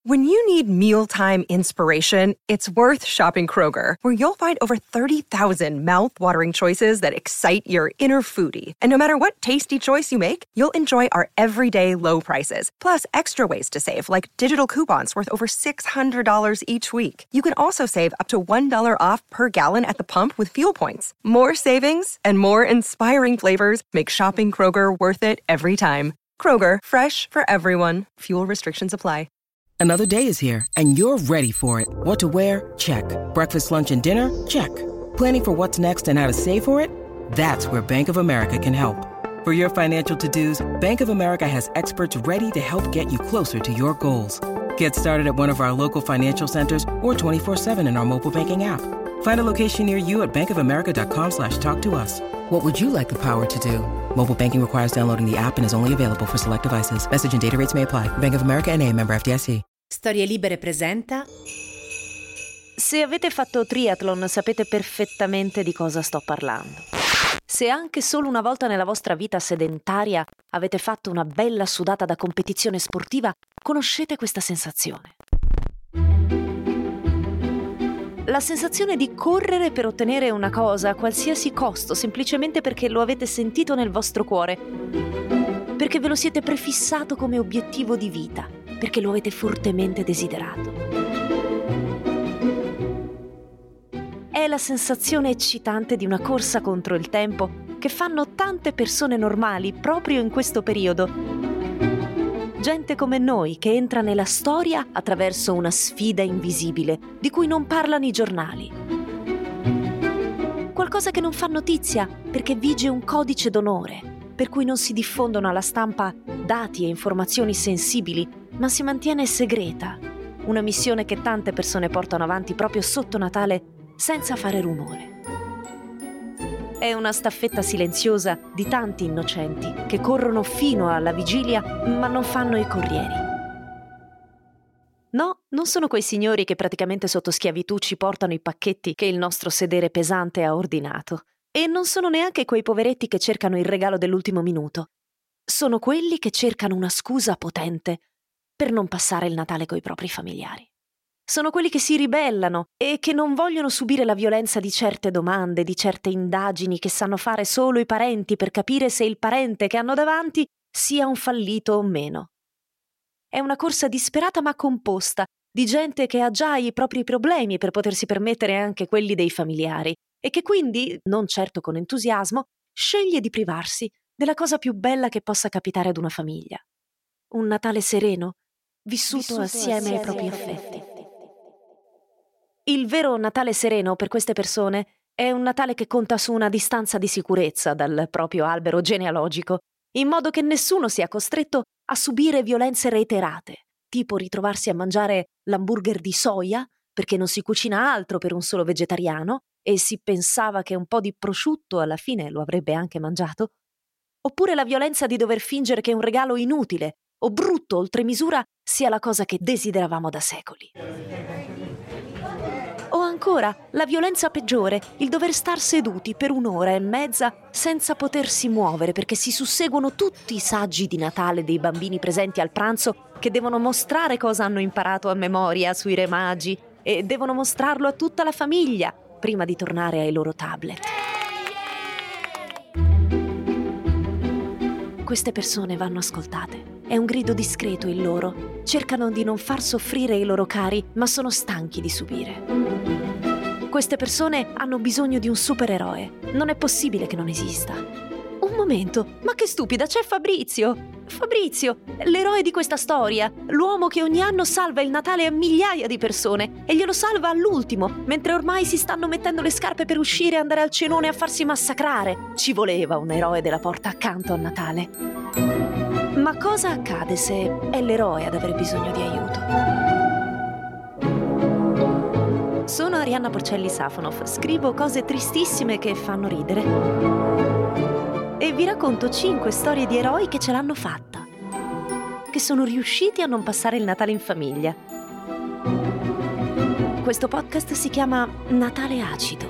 When you need mealtime inspiration, it's worth shopping Kroger, where you'll find over 30,000 mouth-watering choices that excite your inner foodie. And no matter what tasty choice you make, you'll enjoy our everyday low prices, plus extra ways to save, like digital coupons worth over $600 each week. You can also save up to $1 off per gallon at the pump with fuel points. More savings and more inspiring flavors make shopping Kroger worth it every time. Kroger, fresh for everyone. Fuel restrictions apply. Another day is here, and you're ready for it. What to wear? Check. Breakfast, lunch, and dinner? Check. Planning for what's next and how to save for it? That's where Bank of America can help. For your financial to-dos, Bank of America has experts ready to help get you closer to your goals. Get started at one of our local financial centers or 24/7 in our mobile banking app. Find a location near you at bankofamerica.com/talktous. What would you like the power to do? Mobile banking requires downloading the app and is only available for select devices. Message and data rates may apply. Bank of America N.A., member FDIC. Storie Libere presenta. Se avete fatto triathlon sapete perfettamente di cosa sto parlando. Se anche solo una volta nella vostra vita sedentaria avete fatto una bella sudata da competizione sportiva, conoscete questa sensazione. La sensazione di correre per ottenere una cosa a qualsiasi costo, semplicemente perché lo avete sentito nel vostro cuore, perché ve lo siete prefissato come obiettivo di vita, perché lo avete fortemente desiderato. È la sensazione eccitante di una corsa contro il tempo che fanno tante persone normali proprio in questo periodo. Gente come noi che entra nella storia attraverso una sfida invisibile di cui non parlano i giornali. Qualcosa che non fa notizia perché vige un codice d'onore, per cui non si diffondono alla stampa dati e informazioni sensibili, ma si mantiene segreta. Una missione che tante persone portano avanti proprio sotto Natale senza fare rumore. È una staffetta silenziosa di tanti innocenti che corrono fino alla vigilia ma non fanno i corrieri. No, non sono quei signori che praticamente sotto schiavitù ci portano i pacchetti che il nostro sedere pesante ha ordinato. E non sono neanche quei poveretti che cercano il regalo dell'ultimo minuto. Sono quelli che cercano una scusa potente per non passare il Natale coi propri familiari. Sono quelli che si ribellano e che non vogliono subire la violenza di certe domande, di certe indagini che sanno fare solo i parenti per capire se il parente che hanno davanti sia un fallito o meno. È una corsa disperata ma composta, di gente che ha già i propri problemi per potersi permettere anche quelli dei familiari e che quindi, non certo con entusiasmo, sceglie di privarsi della cosa più bella che possa capitare ad una famiglia. Un Natale sereno, vissuto assieme ai propri affetti. Il vero Natale sereno per queste persone è un Natale che conta su una distanza di sicurezza dal proprio albero genealogico, in modo che nessuno sia costretto a subire violenze reiterate, tipo ritrovarsi a mangiare l'hamburger di soia perché non si cucina altro per un solo vegetariano e si pensava che un po' di prosciutto alla fine lo avrebbe anche mangiato, oppure la violenza di dover fingere che un regalo inutile o brutto oltre misura sia la cosa che desideravamo da secoli. O ancora, la violenza peggiore, il dover star seduti per 1 ora e mezza senza potersi muovere perché si susseguono tutti i saggi di Natale dei bambini presenti al pranzo che devono mostrare cosa hanno imparato a memoria sui Re Magi e devono mostrarlo a tutta la famiglia prima di tornare ai loro tablet. Queste persone vanno ascoltate. È un grido discreto il loro. Cercano di non far soffrire i loro cari, ma sono stanchi di subire. Queste persone hanno bisogno di un supereroe. Non è possibile che non esista. Un momento, ma che stupida, c'è Fabrizio! Fabrizio, l'eroe di questa storia, l'uomo che ogni anno salva il Natale a migliaia di persone e glielo salva all'ultimo, mentre ormai si stanno mettendo le scarpe per uscire e andare al cenone a farsi massacrare. Ci voleva un eroe della porta accanto a Natale. Ma cosa accade se è l'eroe ad aver bisogno di aiuto? Sono Arianna Porcelli Safonov, scrivo cose tristissime che fanno ridere. E vi racconto 5 storie di eroi che ce l'hanno fatta, che sono riusciti a non passare il Natale in famiglia. Questo podcast si chiama Natale Acido.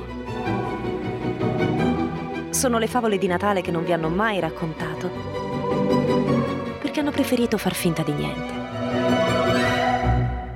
Sono le favole di Natale che non vi hanno mai raccontato, perché hanno preferito far finta di niente.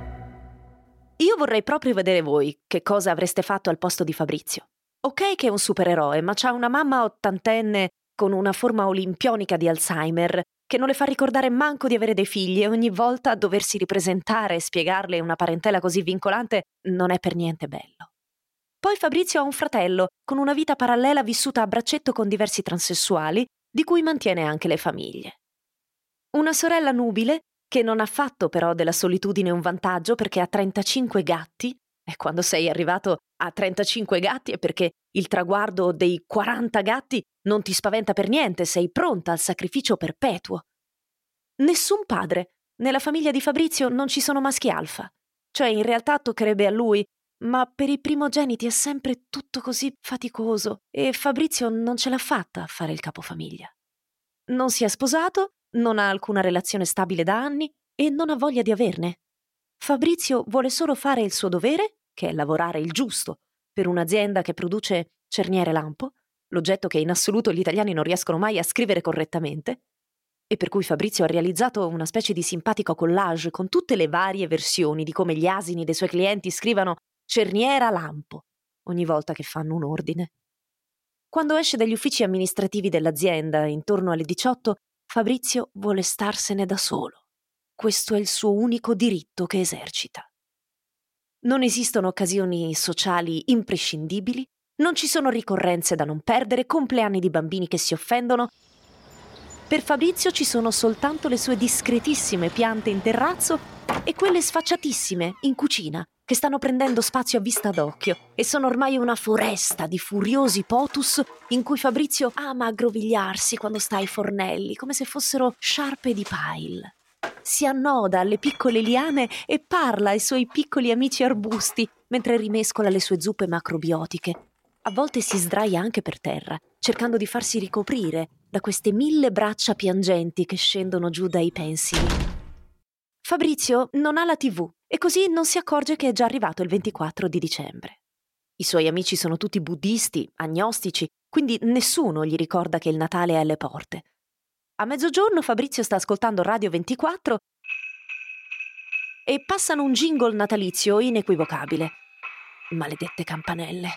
vorrei proprio vedere voi che cosa avreste fatto al posto di Fabrizio. Ok che è un supereroe, ma c'ha una mamma ottantenne con una forma olimpionica di Alzheimer che non le fa ricordare manco di avere dei figli e ogni volta doversi ripresentare e spiegarle una parentela così vincolante non è per niente bello. Poi Fabrizio ha un fratello con una vita parallela vissuta a braccetto con diversi transessuali, di cui mantiene anche le famiglie. Una sorella nubile, che non ha fatto però della solitudine un vantaggio perché ha 35 gatti, e quando sei arrivato a 35 gatti è perché il traguardo dei 40 gatti non ti spaventa per niente, sei pronta al sacrificio perpetuo. Nessun padre. Nella famiglia di Fabrizio non ci sono maschi alfa. Cioè, in realtà toccherebbe a lui, ma per i primogeniti è sempre tutto così faticoso e Fabrizio non ce l'ha fatta a fare il capofamiglia. Non si è sposato, non ha alcuna relazione stabile da anni e non ha voglia di averne. Fabrizio vuole solo fare il suo dovere, che è lavorare il giusto, per un'azienda che produce cerniere lampo, l'oggetto che in assoluto gli italiani non riescono mai a scrivere correttamente, e per cui Fabrizio ha realizzato una specie di simpatico collage con tutte le varie versioni di come gli asini dei suoi clienti scrivano cerniera lampo ogni volta che fanno un ordine. Quando esce dagli uffici amministrativi dell'azienda, intorno alle 18, Fabrizio vuole starsene da solo. Questo è il suo unico diritto che esercita. Non esistono occasioni sociali imprescindibili, non ci sono ricorrenze da non perdere, compleanni di bambini che si offendono. Per Fabrizio ci sono soltanto le sue discretissime piante in terrazzo e quelle sfacciatissime in cucina, che stanno prendendo spazio a vista d'occhio e sono ormai una foresta di furiosi potus in cui Fabrizio ama aggrovigliarsi quando sta ai fornelli, come se fossero sciarpe di pile. Si annoda alle piccole liane e parla ai suoi piccoli amici arbusti mentre rimescola le sue zuppe macrobiotiche. A volte si sdraia anche per terra, cercando di farsi ricoprire da queste 1000 braccia piangenti che scendono giù dai pensili. Fabrizio non ha la TV e così non si accorge che è già arrivato il 24 di dicembre. I suoi amici sono tutti buddisti, agnostici, quindi nessuno gli ricorda che il Natale è alle porte. A mezzogiorno Fabrizio sta ascoltando Radio 24 e passano un jingle natalizio inequivocabile. Maledette campanelle.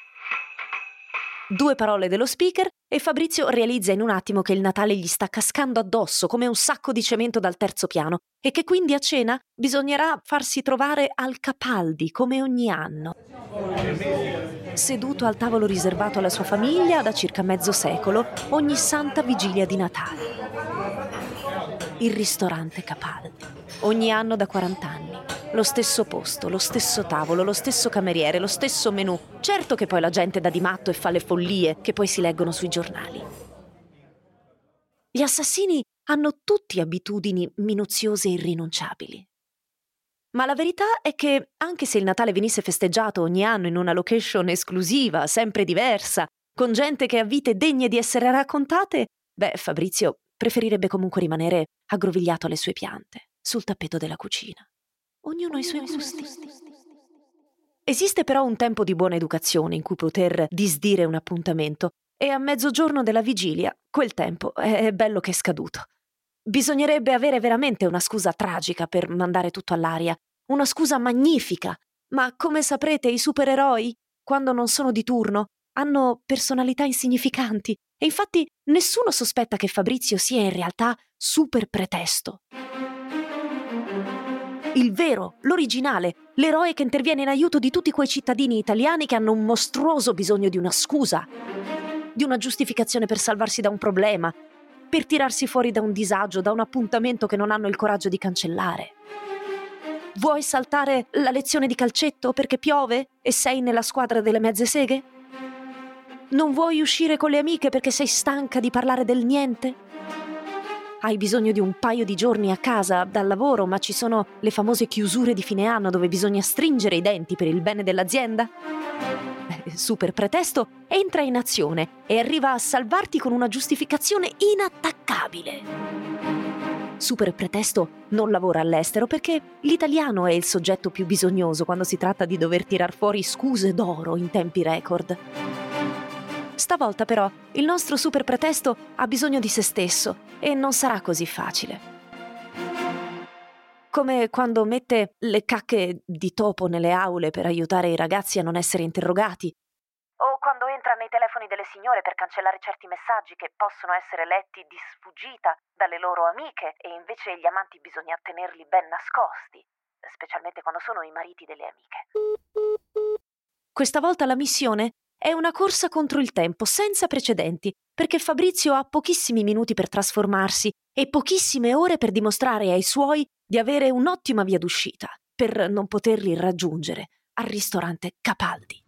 2 parole dello speaker e Fabrizio realizza in un attimo che il Natale gli sta cascando addosso come un sacco di cemento dal terzo piano e che quindi a cena bisognerà farsi trovare al Capaldi come ogni anno. Seduto al tavolo riservato alla sua famiglia da circa mezzo secolo, ogni santa vigilia di Natale. Il ristorante Capaldi, ogni anno da 40 anni. Lo stesso posto, lo stesso tavolo, lo stesso cameriere, lo stesso menù. Certo che poi la gente dà di matto e fa le follie che poi si leggono sui giornali. Gli assassini hanno tutti abitudini minuziose e irrinunciabili. Ma la verità è che, anche se il Natale venisse festeggiato ogni anno in una location esclusiva, sempre diversa, con gente che ha vite degne di essere raccontate, Fabrizio preferirebbe comunque rimanere aggrovigliato alle sue piante, sul tappeto della cucina. Ognuno ha i suoi gusti. Esiste però un tempo di buona educazione in cui poter disdire un appuntamento e a mezzogiorno della vigilia quel tempo è bello che è scaduto. Bisognerebbe avere veramente una scusa tragica per mandare tutto all'aria, una scusa magnifica, ma come saprete i supereroi, quando non sono di turno, hanno personalità insignificanti e infatti nessuno sospetta che Fabrizio sia in realtà super pretesto. Il vero, l'originale, l'eroe che interviene in aiuto di tutti quei cittadini italiani che hanno un mostruoso bisogno di una scusa, di una giustificazione per salvarsi da un problema, per tirarsi fuori da un disagio, da un appuntamento che non hanno il coraggio di cancellare. Vuoi saltare la lezione di calcetto perché piove e sei nella squadra delle mezze seghe? Non vuoi uscire con le amiche perché sei stanca di parlare del niente? Hai bisogno di un paio di giorni a casa dal lavoro, ma ci sono le famose chiusure di fine anno dove bisogna stringere i denti per il bene dell'azienda? Super pretesto entra in azione e arriva a salvarti con una giustificazione inattaccabile. Super pretesto non lavora all'estero perché l'italiano è il soggetto più bisognoso quando si tratta di dover tirar fuori scuse d'oro in tempi record. Stavolta però il nostro super pretesto ha bisogno di se stesso e non sarà così facile. come quando mette le cacche di topo nelle aule per aiutare i ragazzi a non essere interrogati, o quando entra nei telefoni delle signore per cancellare certi messaggi che possono essere letti di sfuggita dalle loro amiche e invece gli amanti bisogna tenerli ben nascosti, specialmente quando sono i mariti delle amiche. Questa volta la missione è una corsa contro il tempo senza precedenti, perché Fabrizio ha pochissimi minuti per trasformarsi e pochissime ore per dimostrare ai suoi di avere un'ottima via d'uscita, per non poterli raggiungere al ristorante Capaldi.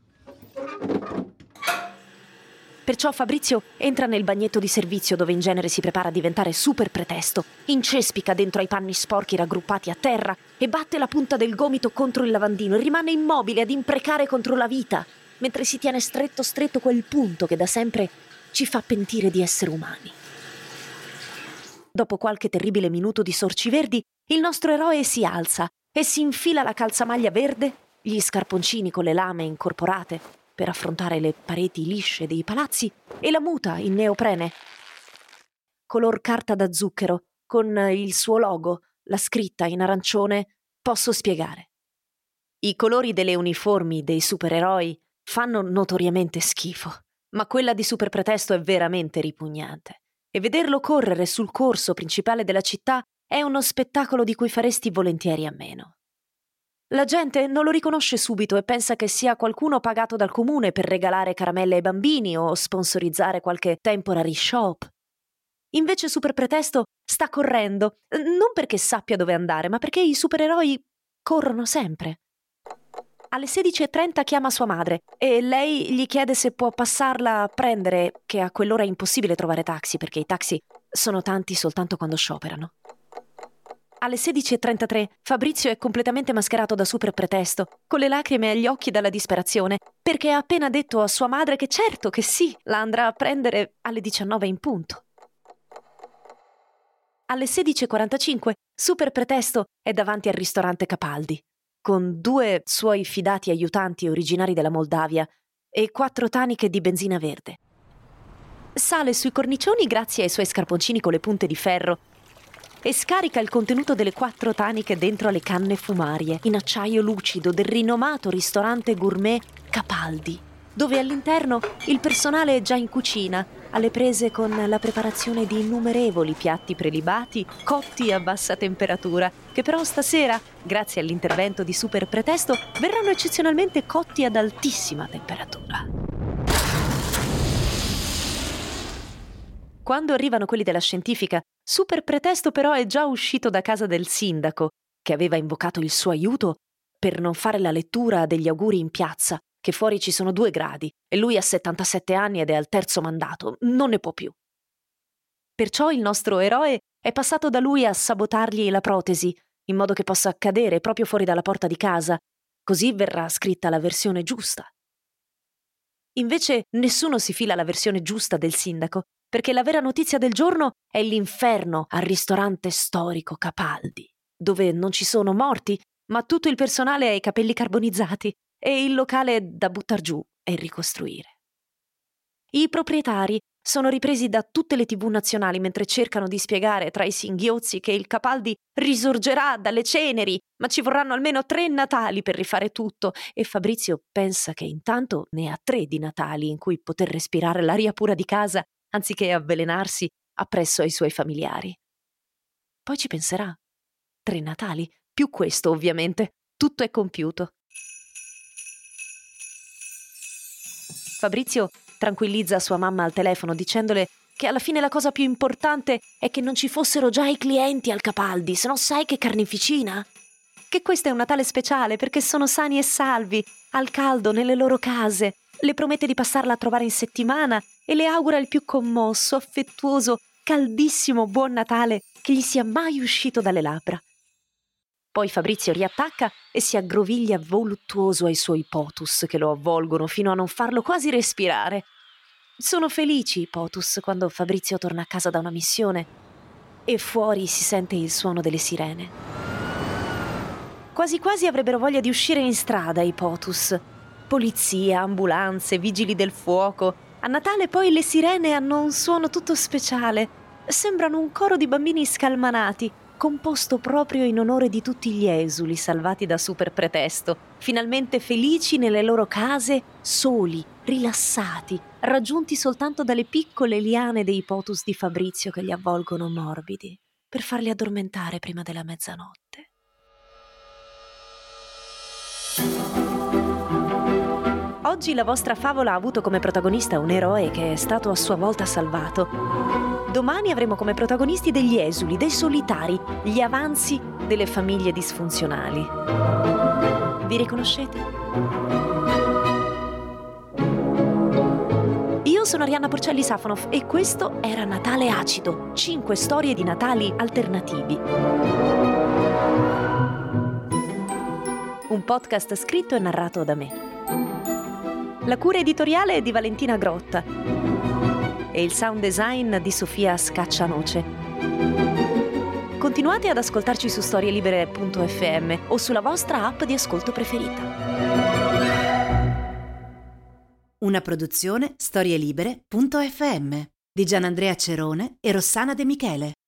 Perciò Fabrizio entra nel bagnetto di servizio dove in genere si prepara a diventare super pretesto, incespica dentro ai panni sporchi raggruppati a terra e batte la punta del gomito contro il lavandino e rimane immobile ad imprecare contro la vita, mentre si tiene stretto quel punto che da sempre ci fa pentire di essere umani. Dopo qualche terribile minuto di sorci verdi, il nostro eroe si alza e si infila la calzamaglia verde, gli scarponcini con le lame incorporate per affrontare le pareti lisce dei palazzi e la muta in neoprene, color carta da zucchero, con il suo logo, la scritta in arancione «Posso spiegare». I colori delle uniformi dei supereroi fanno notoriamente schifo, ma quella di Super Pretesto è veramente ripugnante. E vederlo correre sul corso principale della città è uno spettacolo di cui faresti volentieri a meno. La gente non lo riconosce subito e pensa che sia qualcuno pagato dal comune per regalare caramelle ai bambini o sponsorizzare qualche temporary shop. Invece Super Pretesto sta correndo, non perché sappia dove andare, ma perché i supereroi corrono sempre. Alle 16:30 chiama sua madre e lei gli chiede se può passarla a prendere, che a quell'ora è impossibile trovare taxi perché i taxi sono tanti soltanto quando scioperano. Alle 16:33 Fabrizio è completamente mascherato da Super Pretesto, con le lacrime agli occhi dalla disperazione, perché ha appena detto a sua madre che certo che sì, la andrà a prendere alle 19 in punto. Alle 16:45 Super Pretesto è davanti al ristorante Capaldi, con 2 suoi fidati aiutanti originari della Moldavia e 4 taniche di benzina verde. Sale sui cornicioni grazie ai suoi scarponcini con le punte di ferro e scarica il contenuto delle 4 taniche dentro alle canne fumarie in acciaio lucido del rinomato ristorante gourmet Capaldi, dove all'interno il personale è già in cucina, alle prese con la preparazione di innumerevoli piatti prelibati cotti a bassa temperatura, che però stasera, grazie all'intervento di Super Pretesto, verranno eccezionalmente cotti ad altissima temperatura. Quando arrivano quelli della scientifica, Super Pretesto però è già uscito da casa del sindaco, che aveva invocato il suo aiuto per non fare la lettura degli auguri in piazza, che fuori ci sono 2 gradi e lui ha 77 anni ed è al 3º mandato, non ne può più. Perciò il nostro eroe è passato da lui a sabotargli la protesi, in modo che possa cadere proprio fuori dalla porta di casa, così verrà scritta la versione giusta. Invece nessuno si fila la versione giusta del sindaco, perché la vera notizia del giorno è l'inferno al ristorante storico Capaldi, dove non ci sono morti, ma tutto il personale ha i capelli carbonizzati e il locale da buttar giù e ricostruire. I proprietari sono ripresi da tutte le TV nazionali mentre cercano di spiegare tra i singhiozzi che il Capaldi risorgerà dalle ceneri, ma ci vorranno almeno 3 Natali per rifare tutto, e Fabrizio pensa che intanto ne ha 3 di Natali in cui poter respirare l'aria pura di casa anziché avvelenarsi appresso ai suoi familiari. Poi ci penserà. 3 Natali, più questo ovviamente, tutto è compiuto. Fabrizio tranquillizza sua mamma al telefono dicendole che alla fine la cosa più importante è che non ci fossero già i clienti al Capaldi, se no sai che carneficina? Che questo è un Natale speciale perché sono sani e salvi, al caldo nelle loro case. Le promette di passarla a trovare in settimana e le augura il più commosso, affettuoso, caldissimo buon Natale che gli sia mai uscito dalle labbra. Poi Fabrizio riattacca e si aggroviglia voluttuoso ai suoi potus che lo avvolgono fino a non farlo quasi respirare. Sono felici i potus quando Fabrizio torna a casa da una missione e fuori si sente il suono delle sirene. Quasi quasi avrebbero voglia di uscire in strada i potus. Polizia, ambulanze, vigili del fuoco. A Natale poi le sirene hanno un suono tutto speciale. Sembrano un coro di bambini scalmanati composto proprio in onore di tutti gli esuli salvati da Super Pretesto, finalmente felici nelle loro case, soli, rilassati, raggiunti soltanto dalle piccole liane dei potus di Fabrizio che li avvolgono morbidi, per farli addormentare prima della mezzanotte. Oggi la vostra favola ha avuto come protagonista un eroe che è stato a sua volta salvato. Domani avremo come protagonisti degli esuli, dei solitari, gli avanzi delle famiglie disfunzionali. Vi riconoscete? Io sono Arianna Porcelli Safonov e questo era Natale Acido, 5 storie di Natali alternativi. Un podcast scritto e narrato da me. La cura editoriale è di Valentina Grotta e il sound design di Sofia Scaccianoce. Continuate ad ascoltarci su storielibere.fm o sulla vostra app di ascolto preferita. Una produzione storielibere.fm di Gianandrea Cerone e Rossana De Michele.